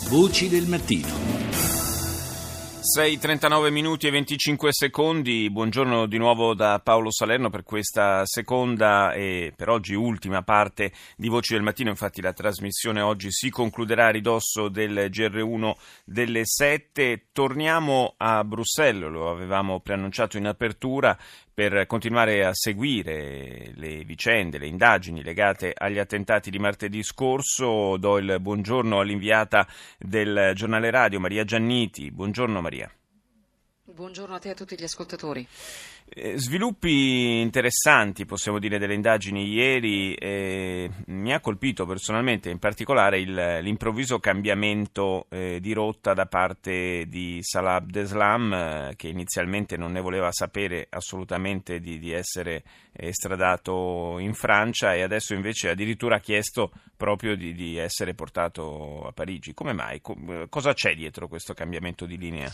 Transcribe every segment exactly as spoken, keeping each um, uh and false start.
Voci del mattino. sei e trentanove minuti e venticinque secondi, buongiorno di nuovo da Paolo Salerno per questa seconda e per oggi ultima parte di Voci del Mattino. Infatti la trasmissione oggi si concluderà a ridosso del G R uno delle sette. Torniamo a Bruxelles, lo avevamo preannunciato in apertura, per continuare a seguire le vicende, le indagini legate agli attentati di martedì scorso. Do il buongiorno all'inviata del giornale radio, Maria Gianniti. Buongiorno Maria. Buongiorno a te e a tutti gli ascoltatori. Eh, sviluppi interessanti, possiamo dire, delle indagini ieri. Eh, mi ha colpito personalmente in particolare il, l'improvviso cambiamento eh, di rotta da parte di Salah Abdeslam, eh, che inizialmente non ne voleva sapere assolutamente di, di essere estradato in Francia e adesso invece addirittura ha chiesto proprio di, di essere portato a Parigi. Come mai? Co- cosa c'è dietro questo cambiamento di linea?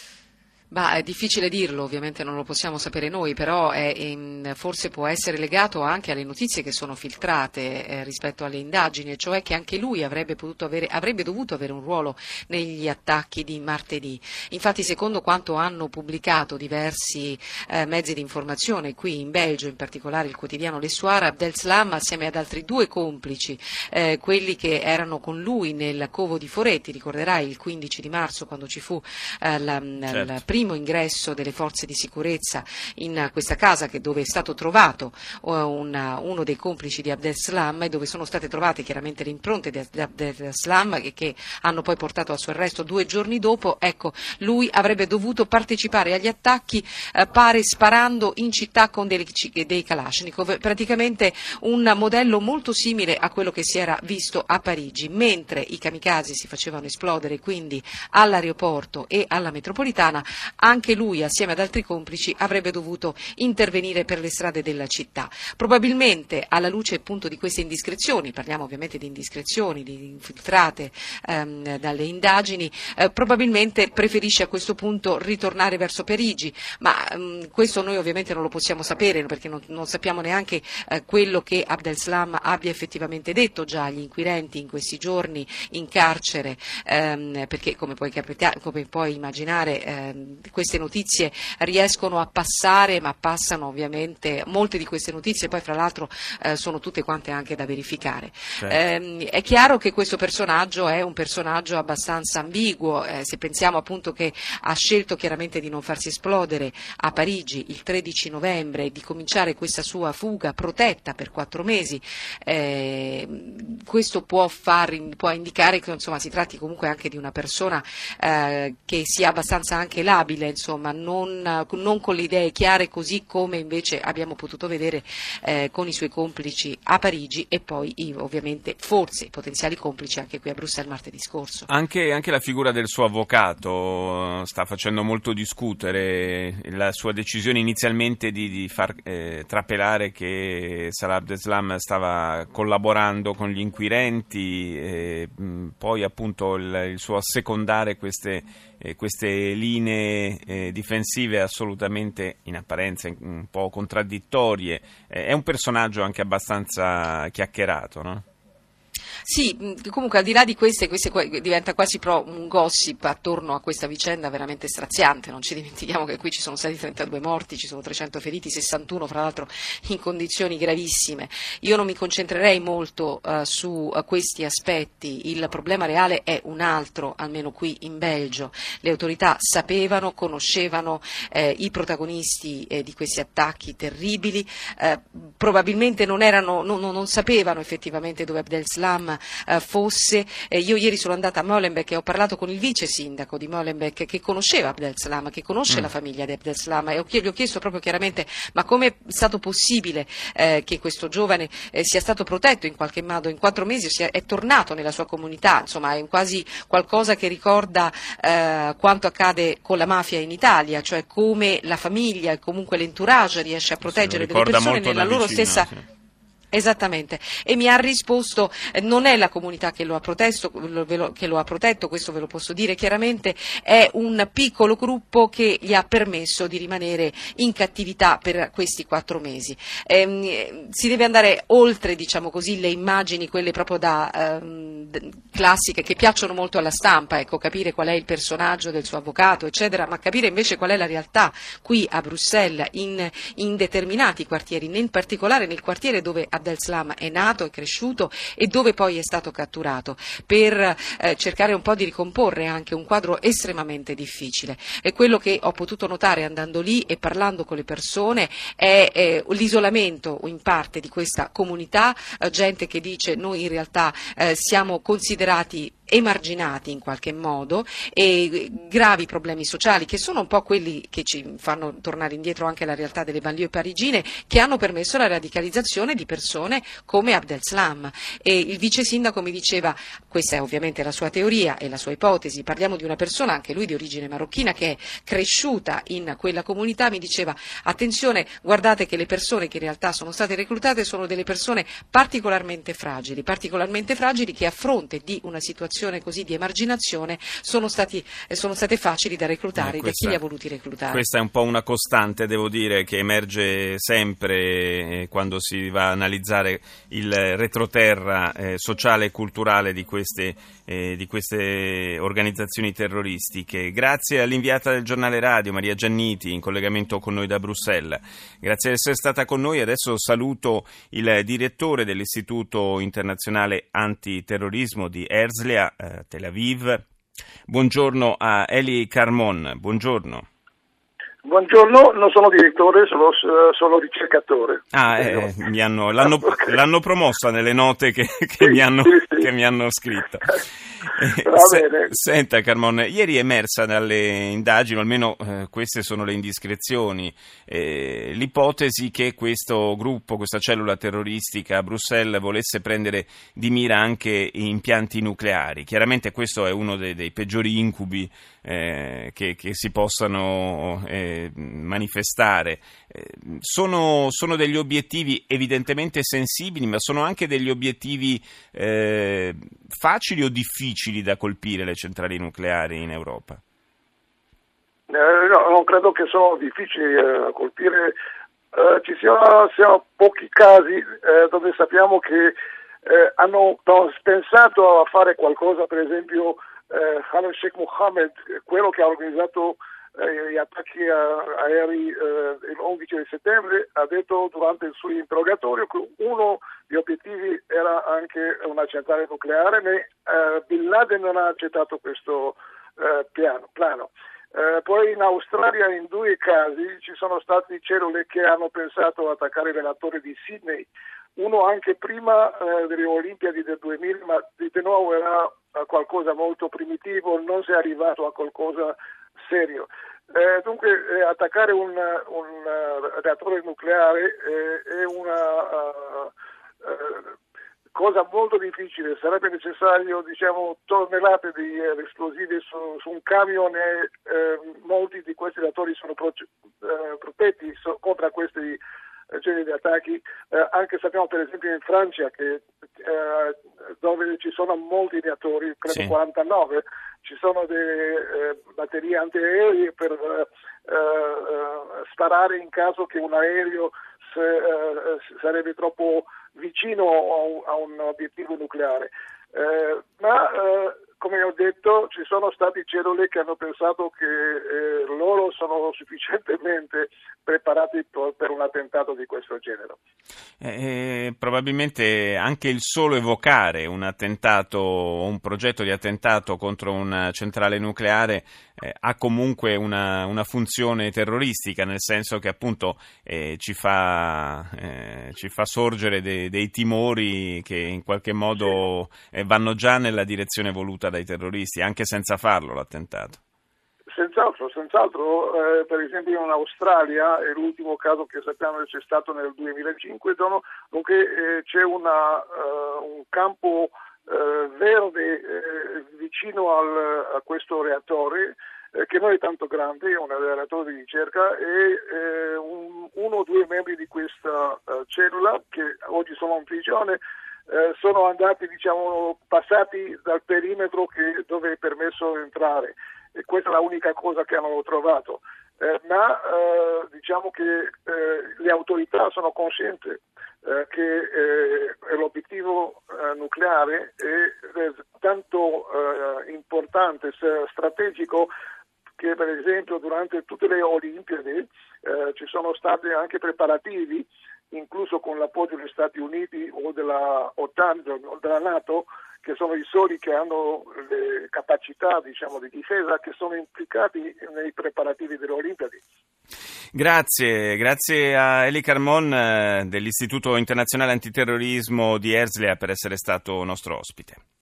Bah, è difficile dirlo, ovviamente non lo possiamo sapere noi, però è, in, forse può essere legato anche alle notizie che sono filtrate eh, rispetto alle indagini, cioè che anche lui avrebbe potuto avere, avrebbe dovuto avere un ruolo negli attacchi di martedì. Infatti, secondo quanto hanno pubblicato diversi eh, mezzi di informazione qui in Belgio, in particolare il quotidiano Le Soir, Abdeslam assieme ad altri due complici, eh, quelli che erano con lui nel covo di Foretti, ricorderai il quindici di marzo quando ci fu eh, la, certo. la primo ingresso delle forze di sicurezza in questa casa che dove è stato trovato una, uno dei complici di Abdeslam e dove sono state trovate chiaramente le impronte di Abdeslam che, che hanno poi portato al suo arresto due giorni dopo. Ecco, lui avrebbe dovuto partecipare agli attacchi eh, pare sparando in città con dei, dei Kalashnikov, praticamente un modello molto simile a quello che si era visto a Parigi, mentre i kamikaze si facevano esplodere quindi all'aeroporto e alla metropolitana. Anche lui, assieme ad altri complici, avrebbe dovuto intervenire per le strade della città. Probabilmente, alla luce appunto di queste indiscrezioni, parliamo ovviamente di indiscrezioni, di infiltrate ehm, dalle indagini, eh, probabilmente preferisce a questo punto ritornare verso Parigi, ma ehm, questo noi ovviamente non lo possiamo sapere perché non, non sappiamo neanche eh, quello che Abdeslam abbia effettivamente detto già agli inquirenti in questi giorni in carcere, ehm, perché come puoi, capita- come puoi immaginare ehm, queste notizie riescono a passare, ma passano ovviamente, molte di queste notizie poi fra l'altro eh, sono tutte quante anche da verificare. Certo. Eh, è chiaro che questo personaggio è un personaggio abbastanza ambiguo, eh, se pensiamo appunto che ha scelto chiaramente di non farsi esplodere a Parigi il tredici novembre e di cominciare questa sua fuga protetta per quattro mesi, eh, questo può, far, può indicare che insomma si tratti comunque anche di una persona eh, che sia abbastanza anche labile, insomma, non, non con le idee chiare, così come invece abbiamo potuto vedere eh, con i suoi complici a Parigi e poi ovviamente forse potenziali complici anche qui a Bruxelles martedì scorso. Anche, anche la figura del suo avvocato sta facendo molto discutere. La sua decisione inizialmente di, di far eh, trapelare che Salah Abdeslam stava collaborando con gli inquirenti, e, mh, poi appunto il, il suo assecondare queste, eh, queste linee eh, difensive assolutamente in apparenza un po' contraddittorie. Eh, è un personaggio anche abbastanza chiacchierato, no? Sì, comunque al di là di queste, queste diventa quasi però un gossip attorno a questa vicenda veramente straziante. Non ci dimentichiamo che qui ci sono stati trentadue morti, ci sono trecento feriti, sessantuno fra l'altro in condizioni gravissime. Io non mi concentrerei molto uh, su uh, questi aspetti, il problema reale è un altro, almeno qui in Belgio. Le autorità sapevano, conoscevano eh, i protagonisti eh, di questi attacchi terribili, eh, probabilmente non, erano, non, non sapevano effettivamente dove Abdeslam Uh, fosse. Eh, io ieri sono andata a Molenbeek e ho parlato con il vice sindaco di Molenbeek che conosceva Abdeslam, che conosce mm. la famiglia di Abdeslam e ho, gli ho chiesto proprio chiaramente ma come è stato possibile eh, che questo giovane eh, sia stato protetto in qualche modo in quattro mesi, sia, è tornato nella sua comunità, insomma è quasi qualcosa che ricorda eh, quanto accade con la mafia in Italia, cioè come la famiglia e comunque l'entourage riesce a proteggere delle persone nella loro vicino, stessa sì. Esattamente, e mi ha risposto eh, non è la comunità che lo ha protetto, lo, ve lo, che lo ha protetto, questo ve lo posso dire chiaramente, è un piccolo gruppo che gli ha permesso di rimanere in cattività per questi quattro mesi. Ehm, si deve andare oltre, diciamo così, le immagini, quelle proprio da ehm, classiche che piacciono molto alla stampa, ecco, capire qual è il personaggio del suo avvocato, eccetera, ma capire invece qual è la realtà qui a Bruxelles, in, in determinati quartieri, in particolare nel quartiere dove Abdeslam è nato, è cresciuto e dove poi è stato catturato, per eh, cercare un po' di ricomporre anche un quadro estremamente difficile. E quello che ho potuto notare andando lì e parlando con le persone è eh, l'isolamento in parte di questa comunità, eh, gente che dice noi in realtà eh, siamo considerati emarginati in qualche modo, e gravi problemi sociali che sono un po' quelli che ci fanno tornare indietro anche alla realtà delle banlieue parigine, che hanno permesso la radicalizzazione di persone come Abdeslam. E il vice sindaco mi diceva, questa è ovviamente la sua teoria e la sua ipotesi, parliamo di una persona anche lui di origine marocchina che è cresciuta in quella comunità, mi diceva attenzione, guardate che le persone che in realtà sono state reclutate sono delle persone particolarmente fragili, particolarmente fragili che a fronte di una situazione così di emarginazione sono, stati, sono state facili da reclutare, eh, da chi li ha voluti reclutare. Questa è un po' una costante, devo dire, che emerge sempre eh, quando si va a analizzare il retroterra eh, sociale e culturale di queste, eh, di queste organizzazioni terroristiche. Grazie all'inviata del giornale radio Maria Gianniti, in collegamento con noi da Bruxelles. Grazie di essere stata con noi. Adesso saluto il direttore dell'Istituto Internazionale Antiterrorismo di Herzliya, Tel Aviv. Buongiorno a Eli Carmon, buongiorno. Buongiorno, non sono direttore, sono, sono ricercatore. Ah, eh, mi hanno, l'hanno, l'hanno promossa nelle note che, che, sì, mi, hanno, sì, sì. che mi hanno scritto. Va Se, bene. Senta Carmon, ieri è emersa dalle indagini, o almeno eh, queste sono le indiscrezioni, eh, l'ipotesi che questo gruppo, questa cellula terroristica a Bruxelles volesse prendere di mira anche impianti nucleari. Chiaramente questo è uno dei, dei peggiori incubi eh, che, che si possano eh, manifestare. Eh, sono, sono degli obiettivi evidentemente sensibili, ma sono anche degli obiettivi eh, facili o difficili da colpire, le centrali nucleari in Europa? Eh, no, non credo che sono difficili da eh, colpire. Eh, ci siano, siano pochi casi eh, dove sappiamo che eh, hanno pensato a fare qualcosa, per esempio eh, Khaled Sheikh Mohammed, quello che ha organizzato eh, gli attacchi a, aerei eh, il undici settembre, ha detto durante il suo interrogatorio che uno degli obiettivi era anche una centrale nucleare, ma eh, Bin Laden non ha accettato questo eh, piano, plano. Eh, poi in Australia in due casi ci sono state cellule che hanno pensato ad attaccare le torri di Sydney, uno anche prima eh, delle Olimpiadi del duemila, ma di nuovo era eh, qualcosa molto primitivo, non si è arrivato a qualcosa serio. Eh, dunque eh, attaccare un, un uh, reattore nucleare eh, è una uh, uh, cosa molto difficile, sarebbe necessario diciamo tonnellate di eh, esplosivi su, su un camion e eh, molti di questi reattori sono pro, eh, protetti so, contro questi eh, generi di attacchi, eh, anche sappiamo per esempio in Francia che eh, dove ci sono molti reattori, credo sì. quarantanove, ci sono delle eh, batterie antiaeree per eh, eh, sparare in caso che un aereo se, eh, sarebbe troppo vicino a un, a un obiettivo nucleare. Eh, ma eh, come ho detto ci sono stati cellule che hanno pensato che eh, loro sono sufficientemente preparati per, per un attentato di questo genere. Eh, probabilmente anche il solo evocare un attentato o un progetto di attentato contro una centrale nucleare eh, ha comunque una, una funzione terroristica, nel senso che appunto eh, ci fa eh, ci fa sorgere dei, dei timori che in qualche modo eh, vanno già nella direzione voluta dai terroristi, anche senza farlo l'attentato. Senz'altro, senz'altro eh, per esempio in Australia è l'ultimo caso che sappiamo che c'è stato nel duemilacinque, dunque eh, c'è una, uh, un campo uh, verde eh, vicino al, a questo reattore eh, che non è tanto grande, è un relatore di ricerca, e eh, un, uno o due membri di questa uh, cellula, che oggi sono in prigione, eh, sono andati, diciamo, passati dal perimetro che, dove è permesso entrare, e questa è l'unica cosa che hanno trovato. Eh, ma eh, diciamo che eh, le autorità sono coscienti eh, che eh, l'obiettivo eh, nucleare è, è tanto eh, importante, strategico, che per esempio durante tutte le Olimpiadi eh, ci sono stati anche preparativi, incluso con l'appoggio degli Stati Uniti o della OTAN o della NATO, che sono i soli che hanno le capacità, diciamo, di difesa, che sono implicati nei preparativi delle Olimpiadi. Grazie, grazie a Eli Carmon eh, dell'Istituto Internazionale Antiterrorismo di Herzliya per essere stato nostro ospite.